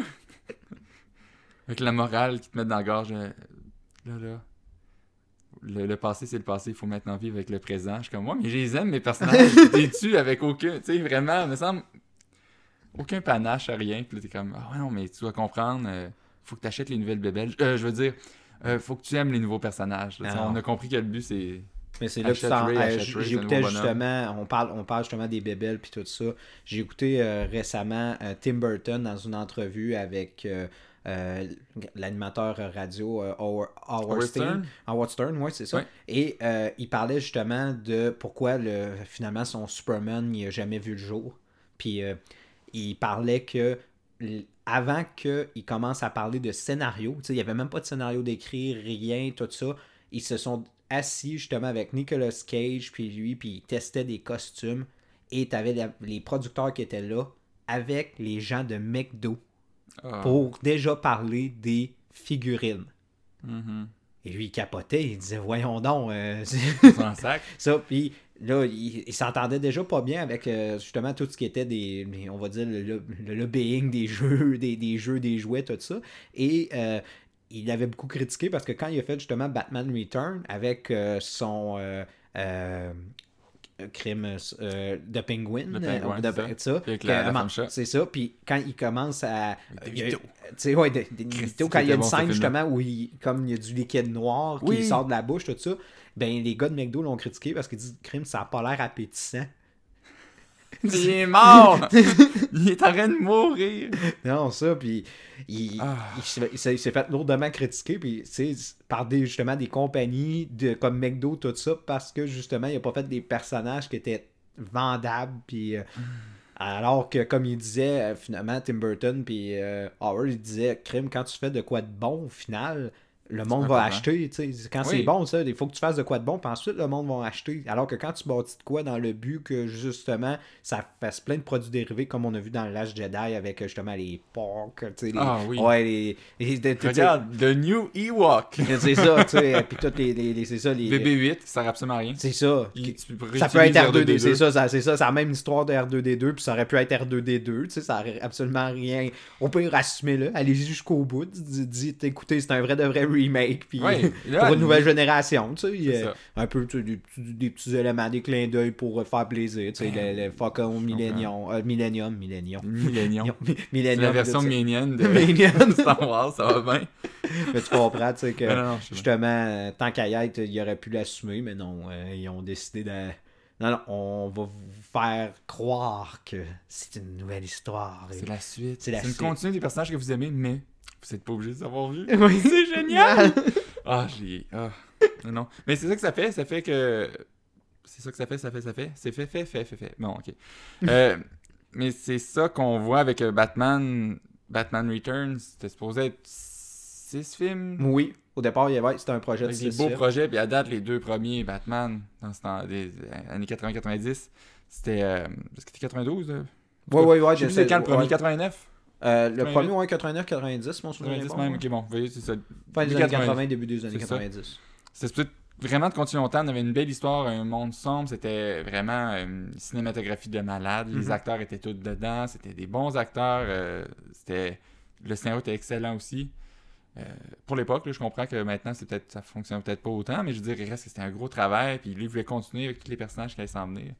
Avec la morale qui te met dans la gorge. euh, Là, là. Le, le passé, c'est le passé. Il faut maintenant vivre avec le présent. Je suis comme, moi, mais je les aime, mes personnages. T'es tu avec aucun... Tu sais, vraiment, il me semble... Aucun panache à rien. Puis là, t'es comme, ah ouais, non, mais tu dois comprendre. euh, faut que t'achètes les nouvelles bébelles. Euh, je veux dire, euh, faut que tu aimes les nouveaux personnages. là. Tu sais, Ah on non. a compris que le but, c'est... mais c'est là que tu Achète t'en- Ray, euh, achète j- Ray, c'est j'écoutais un nouveau bonhomme. justement, on parle, on parle justement des bébelles puis tout ça. J'ai écouté euh, récemment euh, Tim Burton dans une entrevue avec euh, euh, l'animateur radio euh, Howard, Howard Howard Stern. Stern? Howard Stern, oui, c'est ça. Ouais. Et euh, il parlait justement de pourquoi le, finalement son Superman il a jamais vu le jour. Puis euh, il parlait que l- avant qu'ils commencent à parler de scénario, il n'y avait même pas de scénario d'écrit, rien, tout ça, ils se sont assis justement avec Nicolas Cage, puis lui, puis ils testaient des costumes, et tu avais les producteurs qui étaient là, avec les gens de McDo, oh. pour déjà parler des figurines. Mm-hmm. Et lui, il capotait, il disait, voyons donc, euh, c'est sac. Ça, puis là, il, il s'entendait déjà pas bien avec euh, justement tout ce qui était des, on va dire, le, le, le lobbying des jeux, des, des jeux, des jouets, tout ça. Et euh, il avait beaucoup critiqué parce que quand il a fait justement Batman Return avec euh, son euh, euh, crime euh, de Penguin, le Penguin, de, c'est ça, ça. Que, la, la c'est ça. Puis quand il commence à, des tu sais, ouais, des, des mythos, quand il y a une bon, scène justement où il, comme il y a du liquide noir qui oui. sort de la bouche, tout ça. Ben, les gars de McDo l'ont critiqué parce qu'ils disent crime, ça a pas l'air appétissant. Il est mort! Il est en train de mourir! Non, ça, puis il, ah. il, il, s'est, il s'est fait lourdement critiquer, puis tu sais, par des, justement des compagnies de, comme McDo, tout ça, parce que justement, il a pas fait des personnages qui étaient vendables, puis. Euh, mm. Alors que, comme il disait, euh, finalement, Tim Burton, puis euh, Howard, il disait crime, quand tu fais de quoi de bon, au final. Le monde va acheter, tu sais, quand oui. c'est bon, ça, il faut que tu fasses de quoi de bon, puis ensuite le monde va acheter. Alors que quand tu bâtis de quoi dans le but que justement ça fasse plein de produits dérivés, comme on a vu dans Last Jedi avec justement les porks, tu sais, les. Ah oui. Ouais, les. les, les Regarde, The New Ewok. C'est ça, tu sais, puis toutes les, les, les. C'est ça, les. B B huit, ça sert absolument à rien. C'est ça. Il, ça peut être R deux D deux, c'est ça, ça, c'est ça, c'est la même histoire de R deux D deux, puis ça aurait pu être R deux D deux, tu sais, ça aurait absolument rien. On peut assumer là, aller jusqu'au bout, dire, écoutez, c'est un vrai de vrai remake, puis. Ouais. Là, pour une nouvelle lui... génération, tu sais, euh, un peu tu sais, des, des petits éléments, des clins d'œil pour euh, faire plaisir, tu sais, le, le Falcon Millennium, euh, Millennium, Millennium, Millennium, Millennium, la version Minion de Minion. Star Wars, ça va bien. Mais tu comprends, tu sais, que non, non, justement, euh, tant qu'à y être, ils auraient pu l'assumer, mais non, euh, ils ont décidé de... Non, non, on va vous faire croire que c'est une nouvelle histoire. C'est la suite. C'est, la c'est une suite. continue des personnages que vous aimez, mais vous n'êtes pas obligé de savoir vu. Oui. C'est génial! Ah, j'ai... Ah. Non, non. Mais c'est ça que ça fait. Ça fait que... C'est ça que ça fait, ça fait, ça fait. C'est fait, fait, fait, fait, fait. Bon, OK. Euh, mais c'est ça qu'on voit avec Batman... Batman Returns. C'était supposé être six films. Oui. Au départ, il y avait... c'était un projet de six films. Des beaux projets. Puis à date, les deux premiers Batman, dans ce temps... des années quatre-vingts quatre-vingt-dix, c'était... Euh... Est-ce que c'était quatre-vingt-douze? Là? Oui, oui, oui. Je sais plus quand le premier, ouais. quatre-vingt-neuf? Euh, le premier, ouais, quatre-vingt-neuf quatre-vingt-dix, mon souvenir. quatre-vingt-dix même, ok, bon, vous voyez, c'est ça. Fin des années quatre-vingts, début des années quatre-vingt-dix. C'était peut-être vraiment de continuer longtemps, on avait une belle histoire, un monde sombre, c'était vraiment une cinématographie de malade, les mm-hmm. acteurs étaient tous dedans, c'était des bons acteurs, euh, c'était le scénario était excellent aussi. Euh, pour l'époque, là, je comprends que maintenant, c'est peut-être ça fonctionne peut-être pas autant, mais je veux dire, il reste que c'était un gros travail, puis lui, il voulait continuer avec tous les personnages qui allaient s'en venir.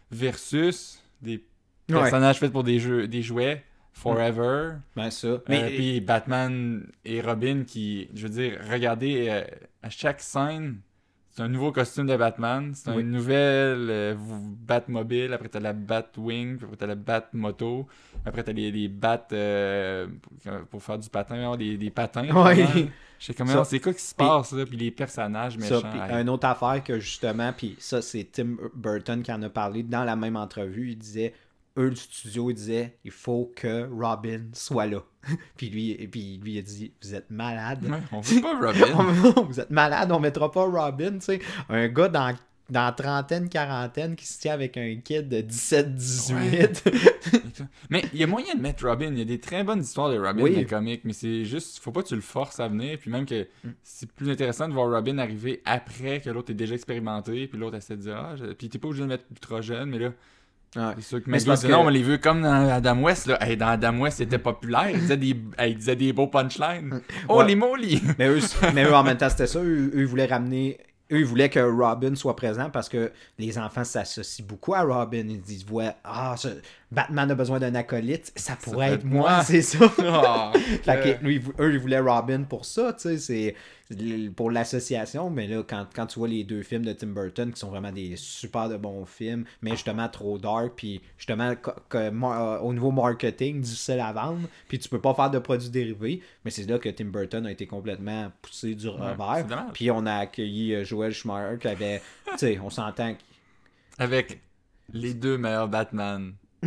Versus des personnages ouais. faits pour des jeux, des jouets. Forever. Ben ça. Euh, mais... Puis Batman et Robin qui, je veux dire, regardez, euh, à chaque scène, c'est un nouveau costume de Batman, c'est oui. une nouvelle euh, Batmobile, après t'as la Batwing, puis après t'as la Batmoto, après t'as les, les Bat euh, pour, pour faire du patin, des, des patins. Oui. Je sais comment, c'est quoi qui se passe là, puis les personnages méchants. Ça, puis une autre affaire que justement, puis ça c'est Tim Burton qui en a parlé dans la même entrevue, il disait... Eux, le studio, ils disaient il faut que Robin soit là. puis lui, et puis lui, il a dit vous êtes malade. Ouais, on veut pas Robin. Vous êtes malade, on mettra pas Robin. Tu sais, un gars dans, dans trentaine, quarantaine qui se tient avec un kid de dix-sept dix-huit. Ouais. Mais il y a moyen de mettre Robin. Il y a des très bonnes histoires de Robin oui. dans les comics, mais c'est juste, faut pas que tu le forces à venir. Puis même que mm. c'est plus intéressant de voir Robin arriver après que l'autre est déjà expérimenté. Puis l'autre essaie de dire ah, je... puis t'es pas obligé de le mettre ultra jeune, mais là. Ah, c'est sûr que mais c'est que... non, on les veut comme dans Adam West. Là. Hey, dans Adam West, c'était populaire. Ils disaient des, hey, ils disaient des beaux punchlines. Oh, ouais. les moly! mais, eux, mais eux, en même temps, c'était ça. Eux, eux, ils voulaient ramener... Eux, ils voulaient que Robin soit présent parce que les enfants s'associent beaucoup à Robin. Ils disent, voient, ah, ce... Batman a besoin d'un acolyte. Ça pourrait ça être moi, moi. C'est ça. Oh, fait que, lui, eux, ils voulaient Robin pour ça, tu sais. C'est pour l'association, mais là, quand, quand tu vois les deux films de Tim Burton qui sont vraiment des super de bons films, mais justement trop dark, puis justement que, que, mar- au niveau marketing, difficile à vendre, puis tu peux pas faire de produits dérivés, mais c'est là que Tim Burton a été complètement poussé du revers. Ouais, puis on a accueilli Joel Schumacher qui avait, tu sais, on s'entend. Avec les deux meilleurs Batman.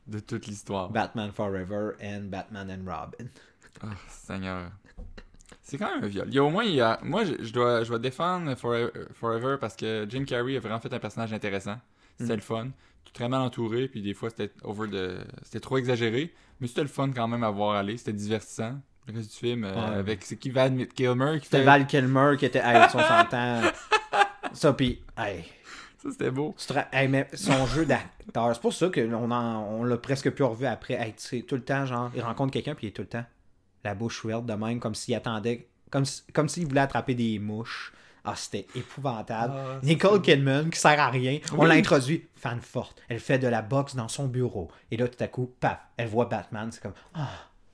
de toute l'histoire. Batman Forever and Batman and Robin. Oh, Seigneur. C'est quand même un viol. Il y a au moins, il y a... Moi, je, je dois, je dois défendre Forever, Forever parce que Jim Carrey a vraiment fait un personnage intéressant. C'était mm. le fun. Très mal entouré, puis des fois, c'était over de... C'était trop exagéré. Mais c'était le fun quand même à voir aller. C'était divertissant. Le reste du film, euh, ouais. avec... C'est qui, Val Kilmer? Qui c'était fait... Val Kilmer qui était... Hey, son s'entend... Ça, puis... Hey... Ça, c'était beau. Hey, mais son jeu d'acteur, c'est pour ça qu'on on l'a presque plus revu après. Hey, tu sais, tout le temps, genre, il rencontre quelqu'un, puis il est tout le temps la bouche ouverte de même, comme s'il attendait, comme, comme s'il voulait attraper des mouches. Ah, c'était épouvantable. Ah, Nicole Kidman, qui sert à rien, oui. On l'a introduit, fan forte. Elle fait de la boxe dans son bureau. Et là, tout à coup, paf, elle voit Batman, c'est comme, ah.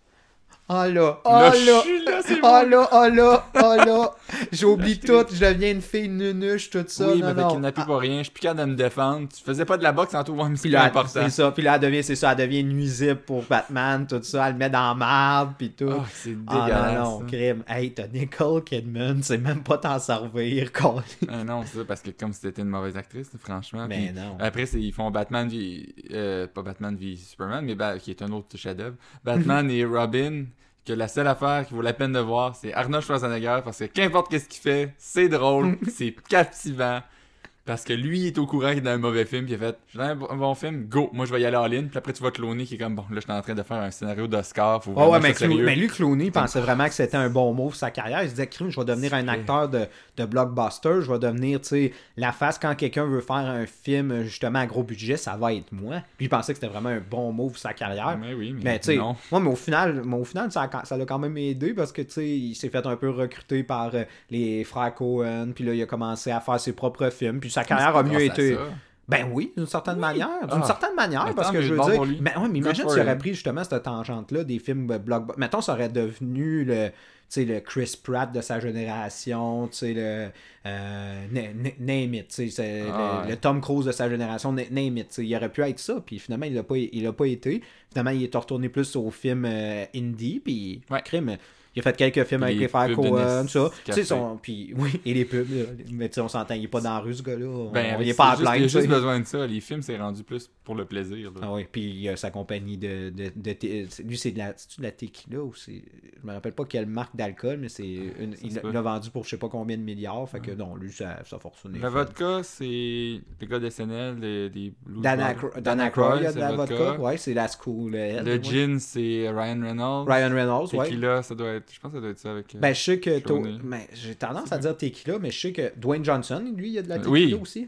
Oh là, oh là, là, oh là, oh là, oh là, j'oublie tout, je deviens une fille nunuche, tout ça. Oui, non, mais non. avec kidnappé ah. pour rien, je suis plus capable de me défendre. Tu faisais pas de la boxe en tout, mais c'est là, important. C'est ça, puis là, elle devient, c'est ça, elle devient nuisible pour Batman, tout ça, elle le met dans la marde, puis tout. Oh, c'est dégueulasse. Ah non, non, crime. Hey, t'as Nicole Kidman, c'est même pas t'en servir, quoi. Ah non, c'est ça, parce que comme si t'étais une mauvaise actrice, franchement. Mais puis, non. Après, c'est, ils font Batman v... Euh, pas Batman v Superman, mais bah, qui est un autre chef-d'œuvre. Batman et Robin... que la seule affaire qui vaut la peine de voir, c'est Arnold Schwarzenegger, parce que qu'importe qu'est-ce qu'il fait, c'est drôle, c'est captivant, parce que lui, il est au courant qu'il est dans un mauvais film, puis il a fait « J'ai un bon film, go, moi je vais y aller en ligne », puis après tu vas cloner qui est comme « Bon, là je suis en train de faire un scénario d'Oscar, faut vraiment oh ouais, mais, sérieux. » mais lui, cloner, il pensait vraiment que c'était un bon move sa carrière, il se disait « Crime, je vais devenir un acteur de, de blockbuster, je vais devenir, tu sais, la face quand quelqu'un veut faire un film, justement, à gros budget, ça va être moi. » Puis il pensait que c'était vraiment un bon move sa carrière. Mais oui, mais, mais tu sais, non. Moi, mais au final, mais au final ça, a, ça l'a quand même aidé, parce que, tu sais, il s'est fait un peu recruter par euh, les frères Coen, puis là, il a commencé à faire ses propres films, puis sa carrière a mieux été... Ben oui, d'une certaine oui. manière. D'une ah. certaine manière, mais parce que je veux bon dire... Mais, ouais, mais imagine s'il aurait pris justement cette tangente-là des films blockbusters. Mettons, ça aurait devenu le, le Chris Pratt de sa génération, le euh, Name It, ah, le, ouais. le Tom Cruise de sa génération, Name It. Il aurait pu être ça, puis finalement, il l'a pas, il l'a pas été. Finalement, il est retourné plus au film euh, indie, puis ouais. crime... Il a fait quelques films avec les frères Coen, ça. Tu sais, son... Puis, oui, et les pubs, là. Mais tu sais, on s'entend, il est pas dans la rue, ce gars-là. Ben, il est pas à plaindre. Il a juste besoin de ça. Les films, c'est rendu plus pour le plaisir. Là. Ah oui, puis il a sa compagnie de... de, de, de... Lui, c'est de la... C'est-tu de la tequila ou c'est... Je me rappelle pas quelle marque d'alcool, mais c'est... Une... Il l'a vendu pour je sais pas combien de milliards. Fait que non, lui, ça, ça a fortuné. La vodka, c'est le gars d'S N L, des, des Blues Dan Aykroyd, il y a de la vodka. Ouais, c'est la school. Le gin, c'est Ryan Reynolds. Ryan Reynolds, ouais. Tequila, ça doit être... Je pense que ça doit être ça avec... Ben, je sais que... To... Mais j'ai tendance à dire tequila, mais je sais que Dwayne Johnson, lui, il y a de la tequila oui. aussi.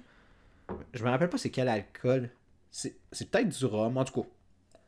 Je me rappelle pas c'est quel alcool. C'est, c'est peut-être du rhum, en tout cas.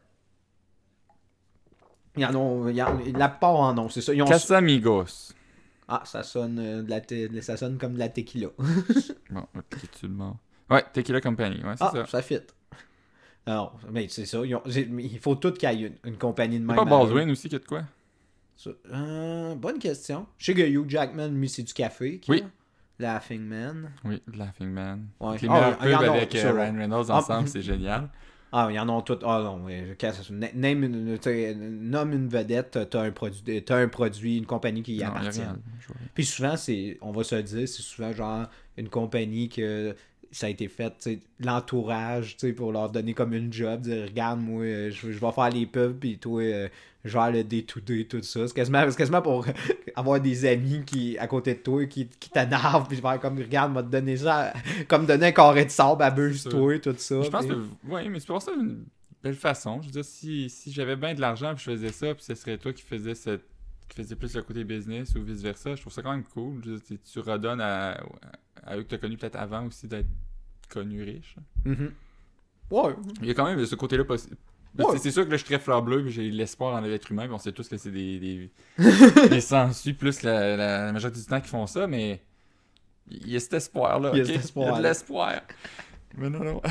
Il y en a... Il y en... La part en ont, c'est ça. Ils ont... Casamigos. Ah, ça sonne, euh, de la te... ça sonne comme de la tequila. Bon, tu le mort. Ouais, Tequila Company, ouais, c'est ah, ça. Ah, ça fit. Non, mais c'est ça. Ont... Il faut tout qu'il y ait une, une compagnie de même. C'est pas Baldwin aussi qui a de quoi? Euh, bonne question. Je sais que Hugh Jackman, lui, c'est du café. Oui. Laughing Man. Oui, Laughing Man. Ouais. Les meilleurs oh, pubs avec euh, Ryan Reynolds ensemble, ah, c'est génial. Ah, il y en a toutes. Ah non, name une, nomme une vedette, t'as un produit, t'as un produit, une compagnie qui y non, appartient. Puis souvent, c'est, on va se le dire, c'est souvent genre une compagnie que ça a été fait, tu sais, l'entourage, tu sais, pour leur donner comme une job, dire regarde, moi, je, je vais faire les pubs, puis toi, euh, je vais faire le day-to-day, tout ça. C'est quasiment, c'est quasiment pour avoir des amis qui à côté de toi qui, qui t'énervent, puis je vais faire comme regarde, m'a donné ça, comme donner un carré de sable, abuse-toi, tout ça. Je pense puis... que, oui, mais c'est pour ça une belle façon. Je veux dire, si, si j'avais bien de l'argent, puis je faisais ça, puis ce serait toi qui faisais cette. qui faisait plus le côté business ou vice-versa, je trouve ça quand même cool. Je veux dire, tu redonnes à, à eux que tu as connus peut-être avant aussi d'être connus riches. Mm-hmm. Ouais. Il y a quand même ce côté-là possible. Ouais. C'est sûr que là, je suis très fleur bleue et j'ai l'espoir en l'être humain. Puis on sait tous que c'est des, des, des sangsues plus la, la, la majorité du temps qui font ça, mais il y a cet espoir-là. Il y a, okay? cet espoir, il y a de l'espoir. Mais non, non.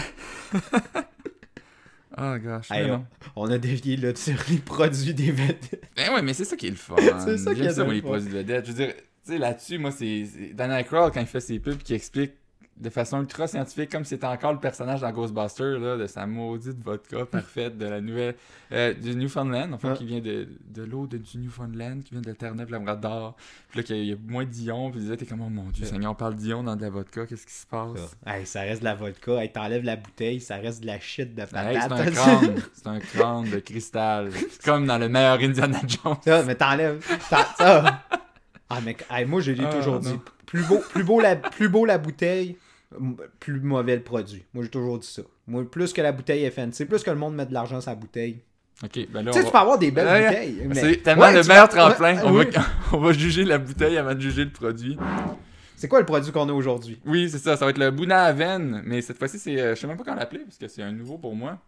Oh gosh, hey, non. On a dévié là sur les produits des vedettes. Ben ouais, mais c'est ça qui est le fun. C'est ça qui est le fun. les produits de vedettes. Je veux dire, tu sais, là-dessus, moi, c'est, c'est Dan Aykroyd, quand il fait ses pubs, qui explique de façon ultra scientifique, comme c'était encore le personnage dans Ghostbusters, là, de sa maudite vodka parfaite de la nouvelle... Euh, du Newfoundland, enfin, ouais. qui vient de, de l'eau de, du Newfoundland, qui vient de la Terre-Neuve-Labrador. Puis là, qu'il y a moins d'ions, puis tu t'es comme, oh mon Dieu, ouais. Seigneur, on parle d'ions dans de la vodka, qu'est-ce qui se passe? Ça, hey, ça reste de la vodka, hey, t'enlèves la bouteille, ça reste de la shit de patate. Hey, c'est un crâne, c'est un crâne de cristal. C'est comme dans le meilleur Indiana Jones. Ça, mais t'enlèves ça. Ah, mais hey, moi, je l'ai ah, toujours non. dit. Plus beau, plus, beau la, plus beau la bouteille, plus mauvais le produit. Moi, j'ai toujours dit ça. Moi, plus que la bouteille est fancy, plus que le monde met de l'argent sur la bouteille. Ok, ben là, tu sais, va... tu peux avoir des belles euh, bouteilles. Mais... C'est tellement ouais, le meilleur vas... tremplin. On, oui. va... on va juger la bouteille avant de juger le produit. C'est quoi le produit qu'on a aujourd'hui? Oui, c'est ça. Ça va être le Buna Haven. Mais cette fois-ci, c'est, euh, je sais même pas comment l'appeler parce que c'est un nouveau pour moi.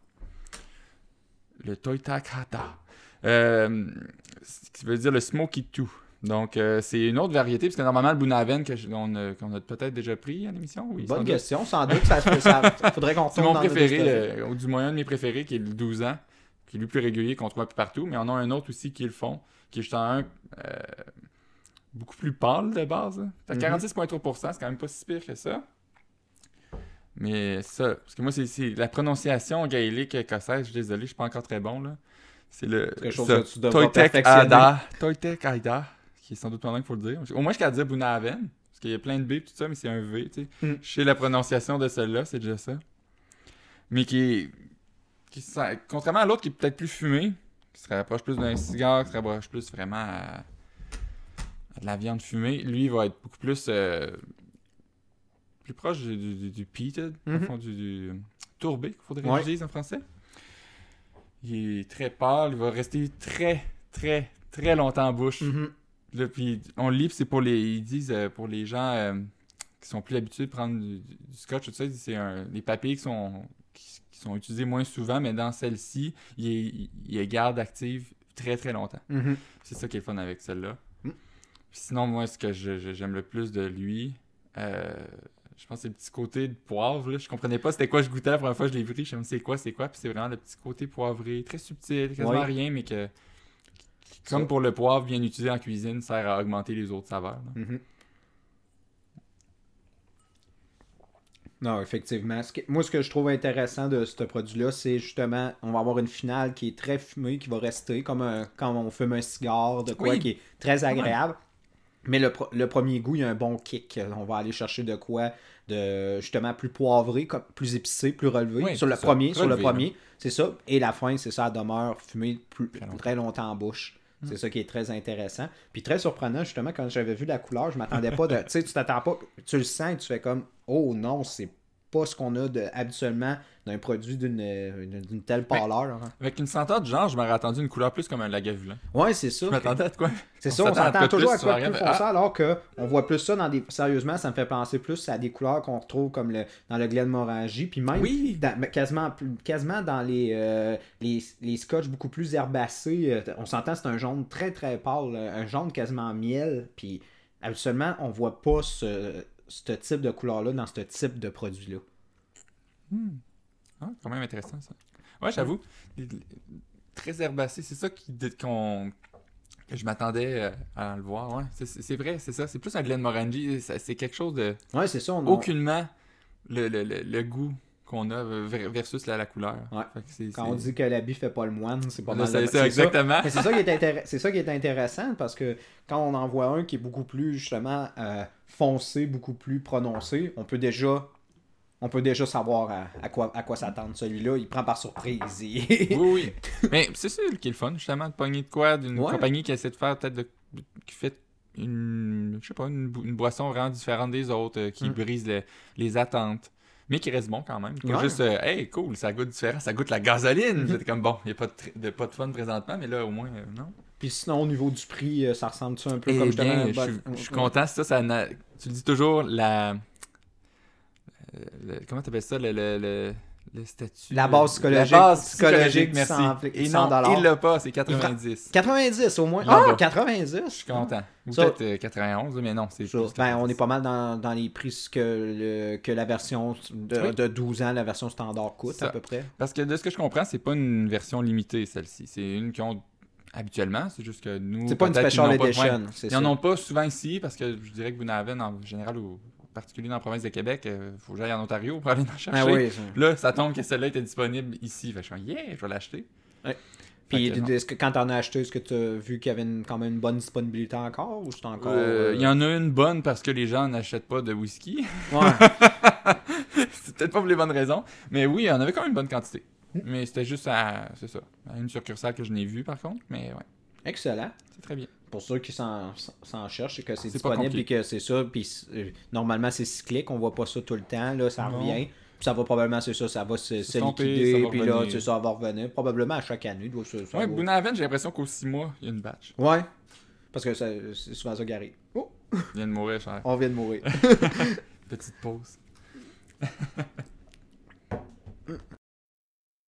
Le Toitakata. Euh, ce qui veut dire le Smoky Two. Donc, euh, c'est une autre variété, parce que normalement, le Boonaven, que je, on, euh, qu'on a peut-être déjà pris à l'émission. Oui, bonne question, sans doute. Ça, ça, faudrait qu'on c'est mon préféré, euh, ou du moins un de mes préférés, qui est le douze ans, qui est le plus régulier, qu'on trouve un peu partout. Mais on a un autre aussi qui le font, qui est juste un euh, beaucoup plus pâle de base. T'as mm-hmm. quarante-six virgule trois pour cent, c'est quand même pas si pire que ça. Mais ça, parce que moi, c'est, c'est la prononciation gaélique écossaise, je suis désolé, je suis pas encore très bon, là. C'est le Toitek Aida. Toitek Aida. Qui est sans doute pendant qu'il faut le dire. Au moins, je peux dire Boonaven, parce qu'il y a plein de B et tout ça, mais c'est un V, tu sais. Mm. Je sais la prononciation de celle-là, c'est déjà ça. Mais qui est... Qui, ça, contrairement à l'autre qui est peut-être plus fumé, qui se rapproche plus d'un cigare, qui se rapproche plus vraiment à, à de la viande fumée, lui, il va être beaucoup plus... Euh, plus proche du, du, du peated, mm-hmm. au fond, du, du tourbé, qu'il faudrait ouais. que je dise en français. Il est très pâle, il va rester très, très, très longtemps en bouche. Mm-hmm. Là, puis on le lit, c'est pour les. Ils disent euh, pour les gens euh, qui sont plus habitués de prendre du, du scotch, tout ça, c'est un, les papiers qui sont, qui, qui sont utilisés moins souvent, mais dans celle-ci, ils il gardent active très très longtemps. Mm-hmm. C'est ça qui est le fun avec celle-là. Mm. Puis sinon, moi, ce que je, je, j'aime le plus de lui, euh, je pense que c'est le petit côté de poivre. Là. Je comprenais pas c'était quoi je goûtais la première fois que je l'ai pris. Je me disais c'est quoi, c'est quoi. Puis c'est vraiment le petit côté poivré, très subtil, quasiment ouais. rien, mais que. Comme pour le poivre bien utilisé en cuisine, sert à augmenter les autres saveurs. Mm-hmm. Non, effectivement. Ce que, moi, ce que je trouve intéressant de ce produit-là, c'est justement, on va avoir une finale qui est très fumée, qui va rester comme un, quand on fume un cigare, de quoi, oui. qui est très agréable. Ouais. Mais le, le premier goût, il y a un bon kick. On va aller chercher de quoi de justement plus poivré, plus épicé, plus relevé. Oui, sur le ça. premier, relevé, sur le premier, là. C'est ça. Et la fin, c'est ça, elle demeure fumée plus, très, longtemps. très longtemps en bouche. C'est ça qui est très intéressant. Puis très surprenant, justement, quand j'avais vu la couleur, je m'attendais pas de... Tu sais, tu t'attends pas... Tu le sens et tu fais comme... Oh non, c'est pas ce qu'on a de, habituellement d'un produit d'une, d'une, d'une telle pâleur. Hein. Avec une senteur de genre, je m'aurais attendu une couleur plus comme un Lagavulin. Ouais, c'est ça. Je m'attendais à quoi? C'est on ça, on s'attend toujours à quoi de plus foncé, ah. alors qu'on voit plus ça dans des... Sérieusement, ça me fait penser plus à des couleurs qu'on retrouve comme le... dans le Glenmorangie, puis même oui. dans... quasiment, quasiment dans les, euh, les, les scotch beaucoup plus herbacés. On s'entend, c'est un jaune très très pâle, un jaune quasiment miel, puis habituellement, on voit pas ce... ce type de couleur-là dans ce type de produit-là. Hmm. Ah, quand même intéressant, ça. Ouais, j'avoue. Les, les, très herbacé, c'est ça qui, qu'on, que je m'attendais à le voir. Ouais. C'est, c'est vrai, c'est ça. C'est plus un Glenmorangie. C'est, c'est quelque chose de... Ouais, c'est ça. On a... Aucunement le, le, le, le goût qu'on a versus la, la couleur. Ouais. Fait que c'est, Quand c'est... on dit que l'habit fait pas le moine, c'est pas là, mal. C'est, de... c'est, c'est exactement. Ça. C'est, ça qui est intér... c'est ça qui est intéressant parce que quand on en voit un qui est beaucoup plus, justement, euh, foncé, beaucoup plus prononcé, on peut déjà... On peut déjà savoir à, à, quoi, à quoi s'attendre. Celui-là, il prend par surprise. oui, oui. Mais c'est ça qui est le fun, justement, de pogner de quoi d'une ouais. compagnie qui essaie de faire peut-être de, qui fait une, je sais pas, une, une boisson vraiment différente des autres, euh, qui mm. brise le, les attentes, mais qui reste bon quand même. Pas ouais. juste, euh, hey, cool, ça goûte différent, ça goûte la gasoline. Mm-hmm. C'est comme bon, il n'y a pas de, de, pas de fun présentement, mais là, au moins, euh, non. Puis sinon, au niveau du prix, euh, ça ressemble-tu un peu eh comme bien, je je, je suis content, ça, ça na... tu le dis toujours, la... Le, comment t'appelles ça, le, le, le, le statut... La base psychologique. La base psychologique, merci. cent, Et non, cent il l'a pas, c'est quatre-vingt-dix. quatre-vingt-dix au moins. Ah, ah quatre-vingt-dix! Je suis content. Ou ça, peut-être euh, quatre-vingt-onze, mais non, c'est ça, ben, on est pas mal dans, dans les prix que, le, que la version de, oui. de douze ans, la version standard coûte ça. À peu près. Parce que de ce que je comprends, c'est pas une version limitée, celle-ci. C'est une qui ont... Habituellement, c'est juste que nous... C'est pas une special edition, pas... ouais, c'est ils ça. Ils n'en ont pas souvent ici, parce que je dirais que vous en avez en général... Au... particulier dans la province de Québec, euh, faut que j'aille en Ontario pour aller en chercher. Ah oui, ça. Là, ça tombe que celle-là était disponible ici. Fait que je suis yeah, je vais l'acheter. Ouais. Puis, que, est-ce que quand t'en as acheté, est-ce que tu as vu qu'il y avait une, quand même une bonne disponibilité encore ou c'est encore. Il euh... y en a une bonne parce que les gens n'achètent pas de whisky. Ouais. C'est peut-être pas pour les bonnes raisons. Mais oui, il y en avait quand même une bonne quantité. Mais c'était juste à. C'est ça. À une succursale que je n'ai vue par contre. Mais ouais. Excellent. C'est très bien. Pour ceux qui s'en, s'en cherchent, c'est que c'est, C'est pas disponible compliqué. et que c'est ça. Puis euh, normalement, c'est cyclique. On voit pas ça tout le temps. Là, ça Non. revient. Puis ça va probablement, c'est ça, ça va se, se S'estomper, ça liquider. va Puis là, revenir. c'est ça, ça va revenir. Probablement à chaque année. Donc, ça, ça Ouais, va- Boonaven, j'ai l'impression qu'au six mois, il y a une batch. Ouais. Parce que ça, c'est souvent ça qui arrive. Oh, Il vient de mourir, cher. on vient de mourir. Petite pause.